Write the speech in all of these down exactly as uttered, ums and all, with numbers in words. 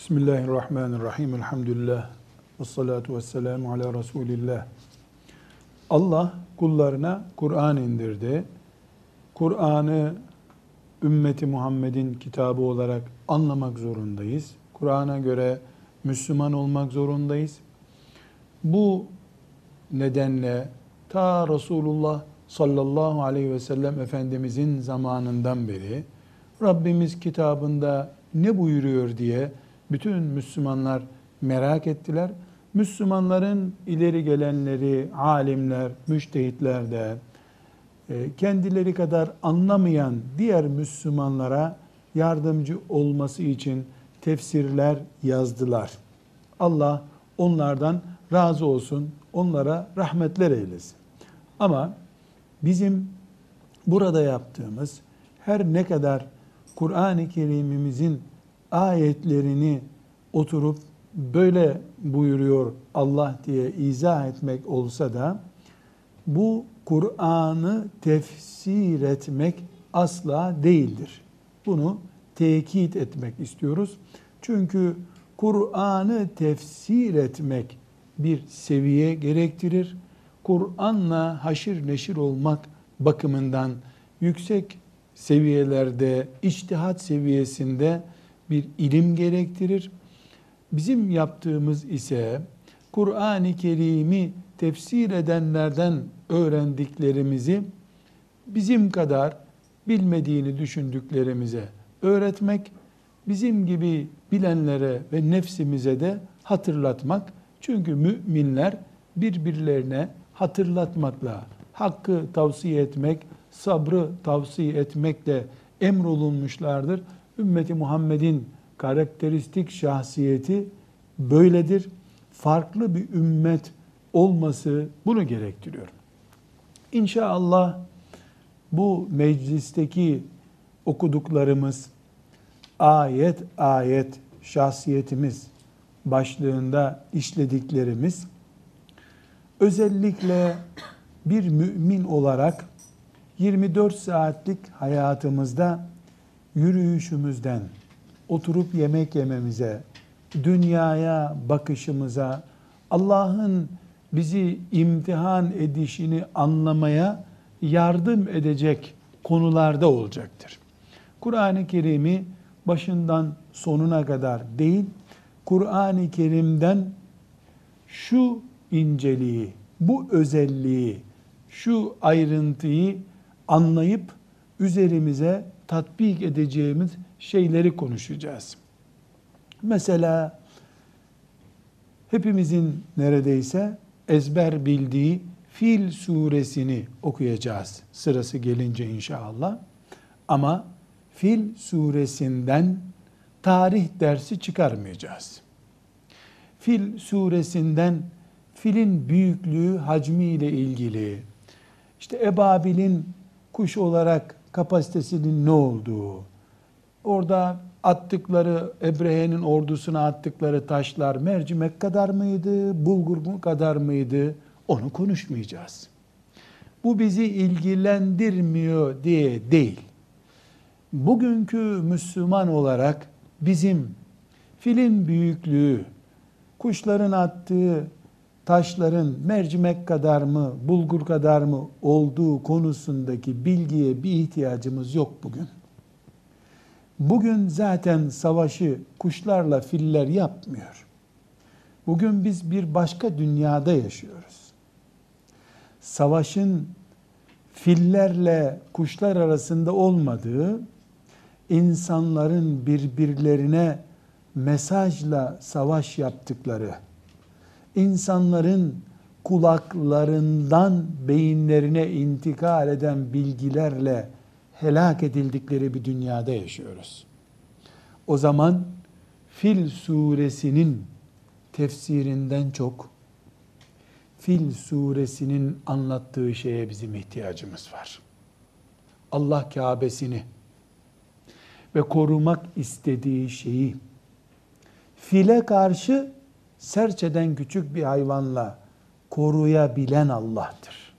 Bismillahirrahmanirrahim. Elhamdülillah. Ve salatu ve selamu ala Resulillah. Allah kullarına Kur'an indirdi. Kur'an'ı ümmeti Muhammed'in kitabı olarak anlamak zorundayız. Kur'an'a göre Müslüman olmak zorundayız. Bu nedenle ta Resulullah sallallahu aleyhi ve sellem Efendimizin zamanından beri Rabbimiz kitabında ne buyuruyor diye bütün Müslümanlar merak ettiler. Müslümanların ileri gelenleri, alimler, müştehitler de kendileri kadar anlamayan diğer Müslümanlara yardımcı olması için tefsirler yazdılar. Allah onlardan razı olsun, onlara rahmetler eylesin. Ama bizim burada yaptığımız her ne kadar Kur'an-ı Kerim'imizin ayetlerini oturup böyle buyuruyor Allah diye izah etmek olsa da bu Kur'an'ı tefsir etmek asla değildir. Bunu tekit etmek istiyoruz. Çünkü Kur'an'ı tefsir etmek bir seviye gerektirir. Kur'an'la haşir neşir olmak bakımından yüksek seviyelerde, içtihat seviyesinde bir ilim gerektirir. Bizim yaptığımız ise Kur'an-ı Kerim'i tefsir edenlerden öğrendiklerimizi bizim kadar bilmediğini düşündüklerimize öğretmek, bizim gibi bilenlere ve nefsimize de hatırlatmak. Çünkü müminler birbirlerine hatırlatmakla, hakkı tavsiye etmek, sabrı tavsiye etmekle emrolunmuşlardır. Ümmeti Muhammed'in karakteristik şahsiyeti böyledir. Farklı bir ümmet olması bunu gerektiriyor. İnşallah bu meclisteki okuduklarımız ayet ayet şahsiyetimiz başlığında işlediklerimiz özellikle bir mümin olarak yirmi dört saatlik hayatımızda yürüyüşümüzden, oturup yemek yememize, dünyaya bakışımıza, Allah'ın bizi imtihan edişini anlamaya yardım edecek konularda olacaktır. Kur'an-ı Kerim'i başından sonuna kadar değil, Kur'an-ı Kerim'den şu inceliği, bu özelliği, şu ayrıntıyı anlayıp üzerimize tatbik edeceğimiz şeyleri konuşacağız. Mesela hepimizin neredeyse ezber bildiği Fil suresini okuyacağız sırası gelince inşallah. Ama Fil suresinden tarih dersi çıkarmayacağız. Fil suresinden filin büyüklüğü, hacmi ile ilgili, işte ebabilin kuş olarak kapasitesinin ne olduğu, orada attıkları, Ebrehe'nin ordusuna attıkları taşlar mercimek kadar mıydı, bulgur kadar mıydı, onu konuşmayacağız. Bu bizi ilgilendirmiyor diye değil. Bugünkü Müslüman olarak bizim filin büyüklüğü, kuşların attığı taşların mercimek kadar mı, bulgur kadar mı olduğu konusundaki bilgiye bir ihtiyacımız yok bugün. Bugün zaten savaşı kuşlarla filler yapmıyor. Bugün biz bir başka dünyada yaşıyoruz. Savaşın fillerle kuşlar arasında olmadığı, insanların birbirlerine mesajla savaş yaptıkları, insanların kulaklarından beyinlerine intikal eden bilgilerle helak edildikleri bir dünyada yaşıyoruz. O zaman Fil suresinin tefsirinden çok Fil suresinin anlattığı şeye bizim ihtiyacımız var. Allah Kabe'sini ve korumak istediği şeyi file karşı serçeden küçük bir hayvanla koruyabilen Allah'tır.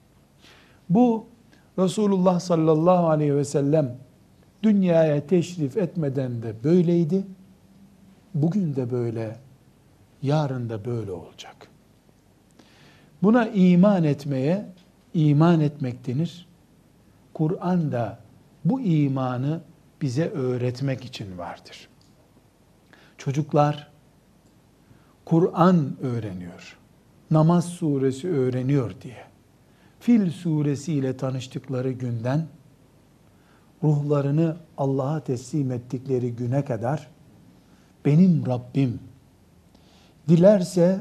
Bu Resulullah sallallahu aleyhi ve sellem dünyaya teşrif etmeden de böyleydi. bugün de böyle, yarın da böyle olacak. Buna iman etmeye iman etmek denir. Kur'an da bu imanı bize öğretmek için vardır. Çocuklar Kur'an öğreniyor, Namaz suresi öğreniyor diye Fil suresi ile tanıştıkları günden ruhlarını Allah'a teslim ettikleri güne kadar benim Rabbim dilerse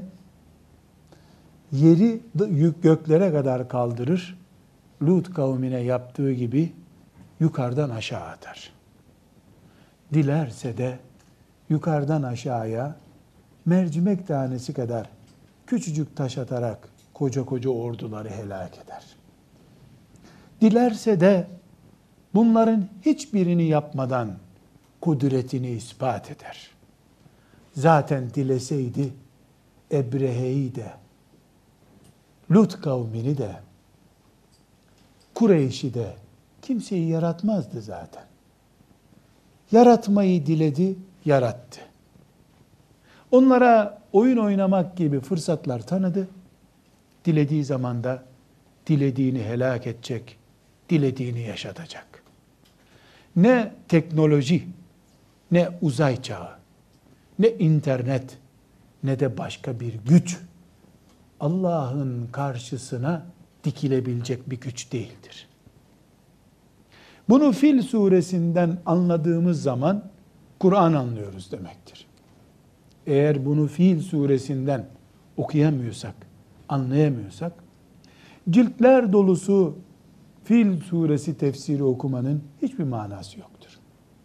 yeri göklere kadar kaldırır, Lut kavmine yaptığı gibi yukarıdan aşağı atar. Dilerse de yukarıdan aşağıya mercimek tanesi kadar küçücük taş atarak koca koca orduları helak eder. Dilerse de bunların hiçbirini yapmadan kudretini ispat eder. Zaten dileseydi Ebrehe'yi de, Lut kavmini de, Kureyş'i de kimseyi yaratmazdı zaten. Yaratmayı diledi, yarattı. Onlara oyun oynamak gibi fırsatlar tanıdı. Dilediği zaman da dilediğini helak edecek, dilediğini yaşatacak. Ne teknoloji, ne uzay çağı, ne internet, ne de başka bir güç Allah'ın karşısına dikilebilecek bir güç değildir. Bunu Fil suresinden anladığımız zaman Kur'an anlıyoruz demektir. Eğer bunu Fil suresinden okuyamıyorsak, anlayamıyorsak, ciltler dolusu Fil suresi tefsiri okumanın hiçbir manası yoktur.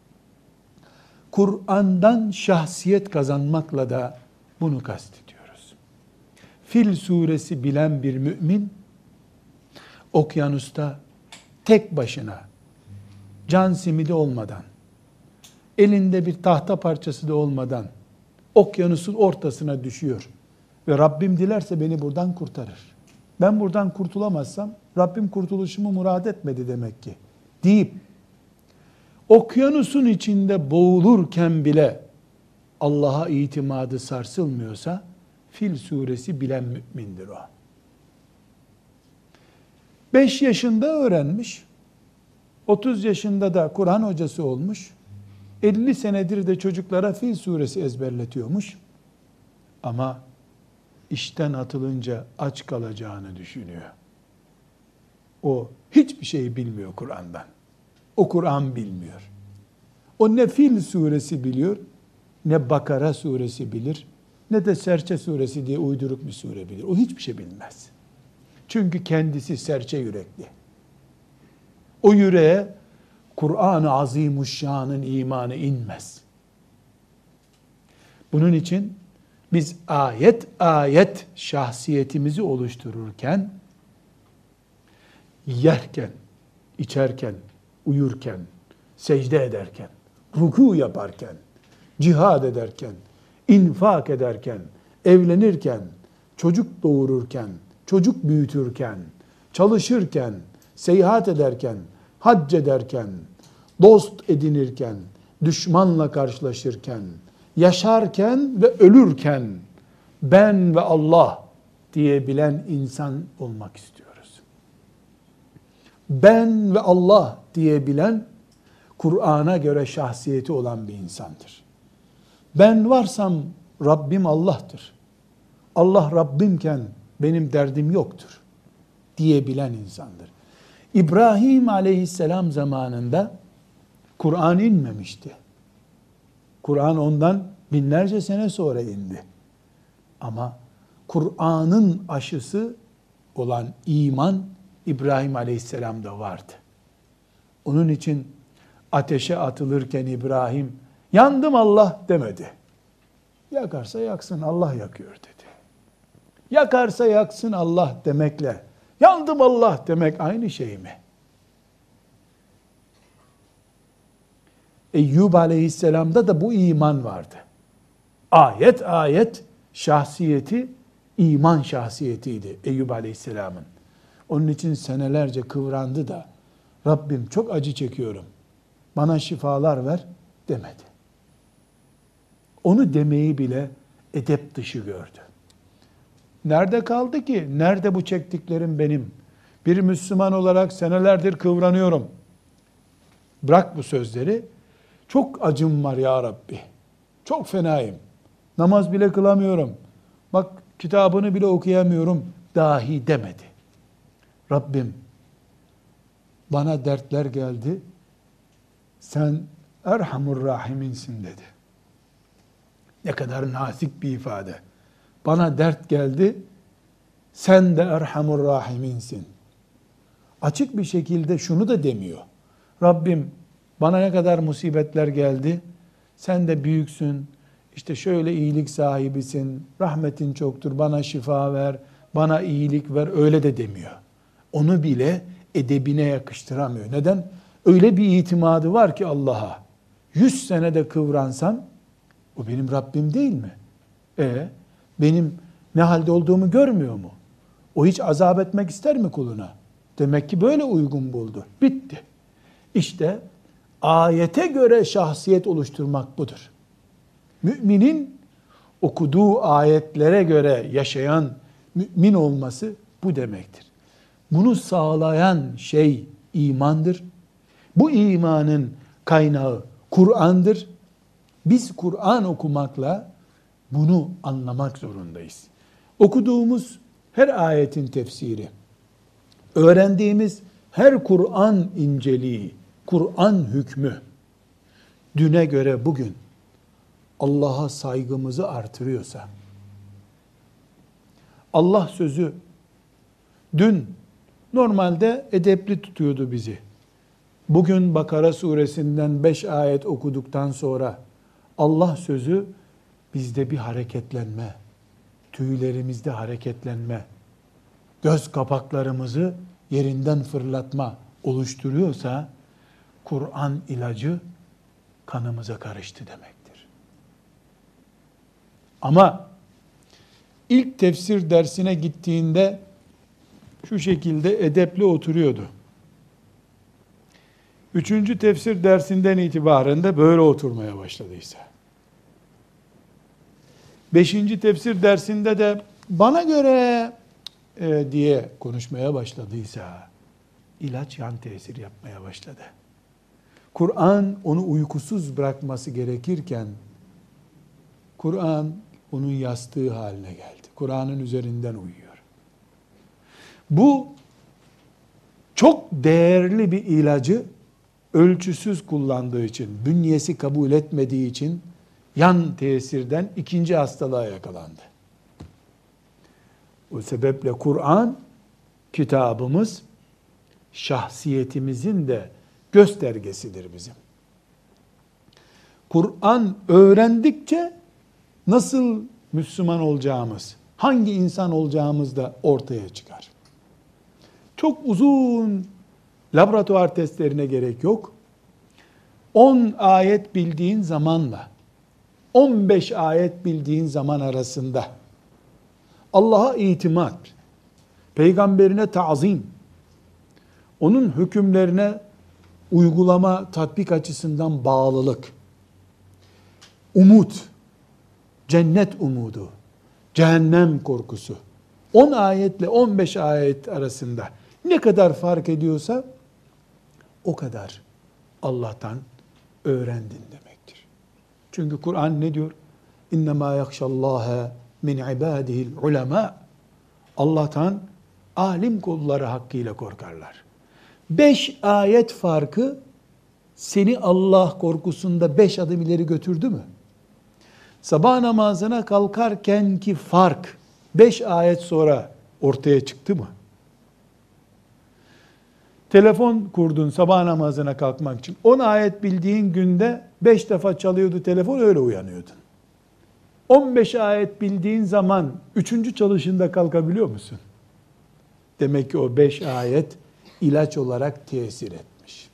Kur'an'dan şahsiyet kazanmakla da bunu kastediyoruz. Fil suresi bilen bir mümin, okyanusta tek başına, can simidi olmadan, elinde bir tahta parçası da olmadan, okyanusun ortasına düşüyor ve Rabbim dilerse beni buradan kurtarır. Ben buradan kurtulamazsam Rabbim kurtuluşumu murad etmedi demek ki deyip okyanusun içinde boğulurken bile Allah'a itimadı sarsılmıyorsa Fil suresi bilen mümindir o. beş yaşında öğrenmiş, otuz yaşında da Kur'an hocası olmuş, elli senedir de çocuklara Fil suresi ezberletiyormuş. Ama işten atılınca aç kalacağını düşünüyor. O hiçbir şey bilmiyor Kur'an'dan. O Kur'an bilmiyor. O ne Fil suresi biliyor, ne Bakara suresi bilir, ne de Serçe suresi diye uyduruk bir sure bilir. O hiçbir şey bilmez. Çünkü kendisi serçe yürekli. O yüreğe Kur'an-ı Azimuşşan'ın imanı inmez. Bunun için biz ayet ayet şahsiyetimizi oluştururken, yerken, içerken, uyurken, secde ederken, ruku yaparken, cihad ederken, infak ederken, evlenirken, çocuk doğururken, çocuk büyütürken, çalışırken, seyahat ederken, hac ederken, dost edinirken, düşmanla karşılaşırken, yaşarken ve ölürken ben ve Allah diyebilen insan olmak istiyoruz. Ben ve Allah diyebilen Kur'an'a göre şahsiyeti olan bir insandır. Ben varsam Rabbim Allah'tır. Allah Rabbimken benim derdim yoktur diyebilen insandır. İbrahim aleyhisselam zamanında Kur'an inmemişti. Kur'an ondan binlerce sene sonra indi. Ama Kur'an'ın aşısı olan iman İbrahim aleyhisselam'da vardı. Onun için ateşe atılırken İbrahim, yandım Allah demedi. Yakarsa yaksın, Allah yakıyor dedi. Yakarsa yaksın Allah demekle, yandım Allah demek aynı şey mi? Eyyub aleyhisselamda da bu iman vardı. Ayet ayet şahsiyeti iman şahsiyetiydi Eyyub aleyhisselamın. Onun için senelerce kıvrandı da Rabbim çok acı çekiyorum, bana şifalar ver demedi. Onu demeyi bile edep dışı gördü. Nerede kaldı ki? Nerede bu çektiklerim benim? Bir Müslüman olarak senelerdir kıvranıyorum. Bırak bu sözleri. Çok acım var ya Rabbi. Çok fenayım. Namaz bile kılamıyorum. Bak kitabını bile okuyamıyorum dahi demedi. Rabbim bana dertler geldi. Sen Erhamur Rahiminsin dedi. Ne kadar nazik bir ifade. Bana dert geldi. Sen de Erhamur Rahiminsin. Açık bir şekilde şunu da demiyor. Rabbim bana ne kadar musibetler geldi. Sen de büyüksün. İşte şöyle iyilik sahibisin. Rahmetin çoktur. Bana şifa ver. Bana iyilik ver. Öyle de demiyor. Onu bile edebine yakıştıramıyor. Neden? Öyle bir itimadı var ki Allah'a. Yüz senede kıvransam o benim Rabbim değil mi? E benim ne halde olduğumu görmüyor mu? O hiç azap etmek ister mi kuluna? Demek ki böyle uygun buldu. Bitti. İşte ayete göre şahsiyet oluşturmak budur. Müminin okuduğu ayetlere göre yaşayan mümin olması bu demektir. Bunu sağlayan şey imandır. Bu imanın kaynağı Kur'an'dır. Biz Kur'an okumakla bunu anlamak zorundayız. Okuduğumuz her ayetin tefsiri, öğrendiğimiz her Kur'an inceliği, Kur'an hükmü, düne göre bugün Allah'a saygımızı artırıyorsa, Allah sözü dün normalde edepli tutuyordu bizi. Bugün Bakara suresinden beş ayet okuduktan sonra Allah sözü bizde bir hareketlenme, tüylerimizde hareketlenme, göz kapaklarımızı yerinden fırlatma oluşturuyorsa Kur'an ilacı kanımıza karıştı demektir. Ama ilk tefsir dersine gittiğinde şu şekilde edepli oturuyordu. Üçüncü tefsir dersinden itibaren de böyle oturmaya başladıysa, beşinci tefsir dersinde de bana göre e, diye konuşmaya başladıysa, ilaç yan tesir yapmaya başladı. Kur'an onu uykusuz bırakması gerekirken, Kur'an onun yastığı haline geldi. Kur'an'ın üzerinden uyuyor. Bu çok değerli bir ilacı ölçüsüz kullandığı için, bünyesi kabul etmediği için yan tesirden ikinci hastalığa yakalandı. O sebeple Kur'an kitabımız şahsiyetimizin de göstergesidir bizim. Kur'an öğrendikçe nasıl Müslüman olacağımız, hangi insan olacağımız da ortaya çıkar. Çok uzun laboratuvar testlerine gerek yok. on ayet bildiğin zamanla on beş ayet bildiğin zaman arasında Allah'a itimat, peygamberine ta'zim, onun hükümlerine uygulama, tatbik açısından bağlılık, umut, cennet umudu, cehennem korkusu, on ayetle on beş ayet arasında ne kadar fark ediyorsa o kadar Allah'tan öğrendin demektir. Çünkü Kur'an ne diyor? İnnemâ yakşallâhe min ibâdihil ulemâ. Allah'tan alim kulları hakkıyla korkarlar. Beş ayet farkı seni Allah korkusunda beş adım ileri götürdü mü? Sabah namazına kalkarken ki fark beş ayet sonra ortaya çıktı mı? Telefon kurdun sabah namazına kalkmak için. on ayet bildiğin günde beş defa çalıyordu telefon, öyle uyanıyordun. on beş ayet bildiğin zaman üçüncü çalışında kalkabiliyor musun? Demek ki o beş ayet ilaç olarak tesir etmiş.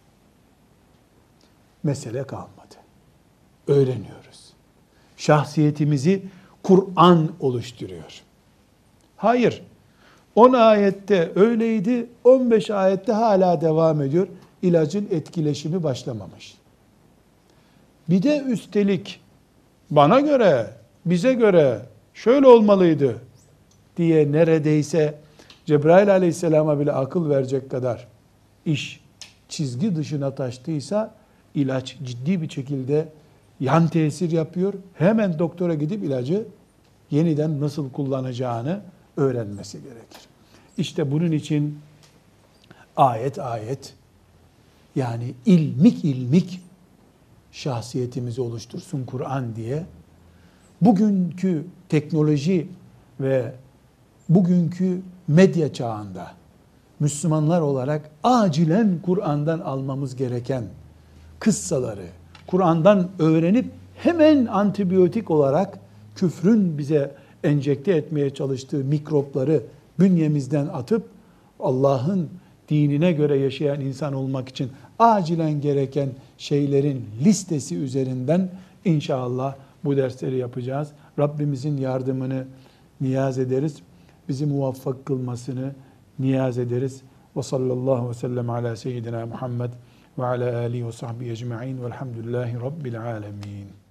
Mesele kalmadı. Öğreniyoruz. Şahsiyetimizi Kur'an oluşturuyor. Hayır. on ayette öyleydi, on beş ayette hala devam ediyor. İlacın etkileşimi başlamamış. Bir de üstelik bana göre, bize göre şöyle olmalıydı diye neredeyse Cebrail aleyhisselama bile akıl verecek kadar iş çizgi dışına taştıysa ilaç ciddi bir şekilde yan tesir yapıyor. Hemen doktora gidip ilacı yeniden nasıl kullanacağını öğrenmesi gerekir. İşte bunun için ayet ayet, yani ilmik ilmik şahsiyetimizi oluştursun Kur'an diye bugünkü teknoloji ve bugünkü medya çağında Müslümanlar olarak acilen Kur'an'dan almamız gereken kıssaları Kur'an'dan öğrenip hemen antibiyotik olarak küfrün bize enjekte etmeye çalıştığı mikropları bünyemizden atıp Allah'ın dinine göre yaşayan insan olmak için acilen gereken şeylerin listesi üzerinden inşallah bu dersleri yapacağız. Rabbimizin yardımını niyaz ederiz. Bizi muvaffak kılmasını niyaz ederiz. Ve sallallahu ve sellem ala seyyidina Muhammed ve ala alihi ve sahbihi ecma'in velhamdülillahi rabbil alemin.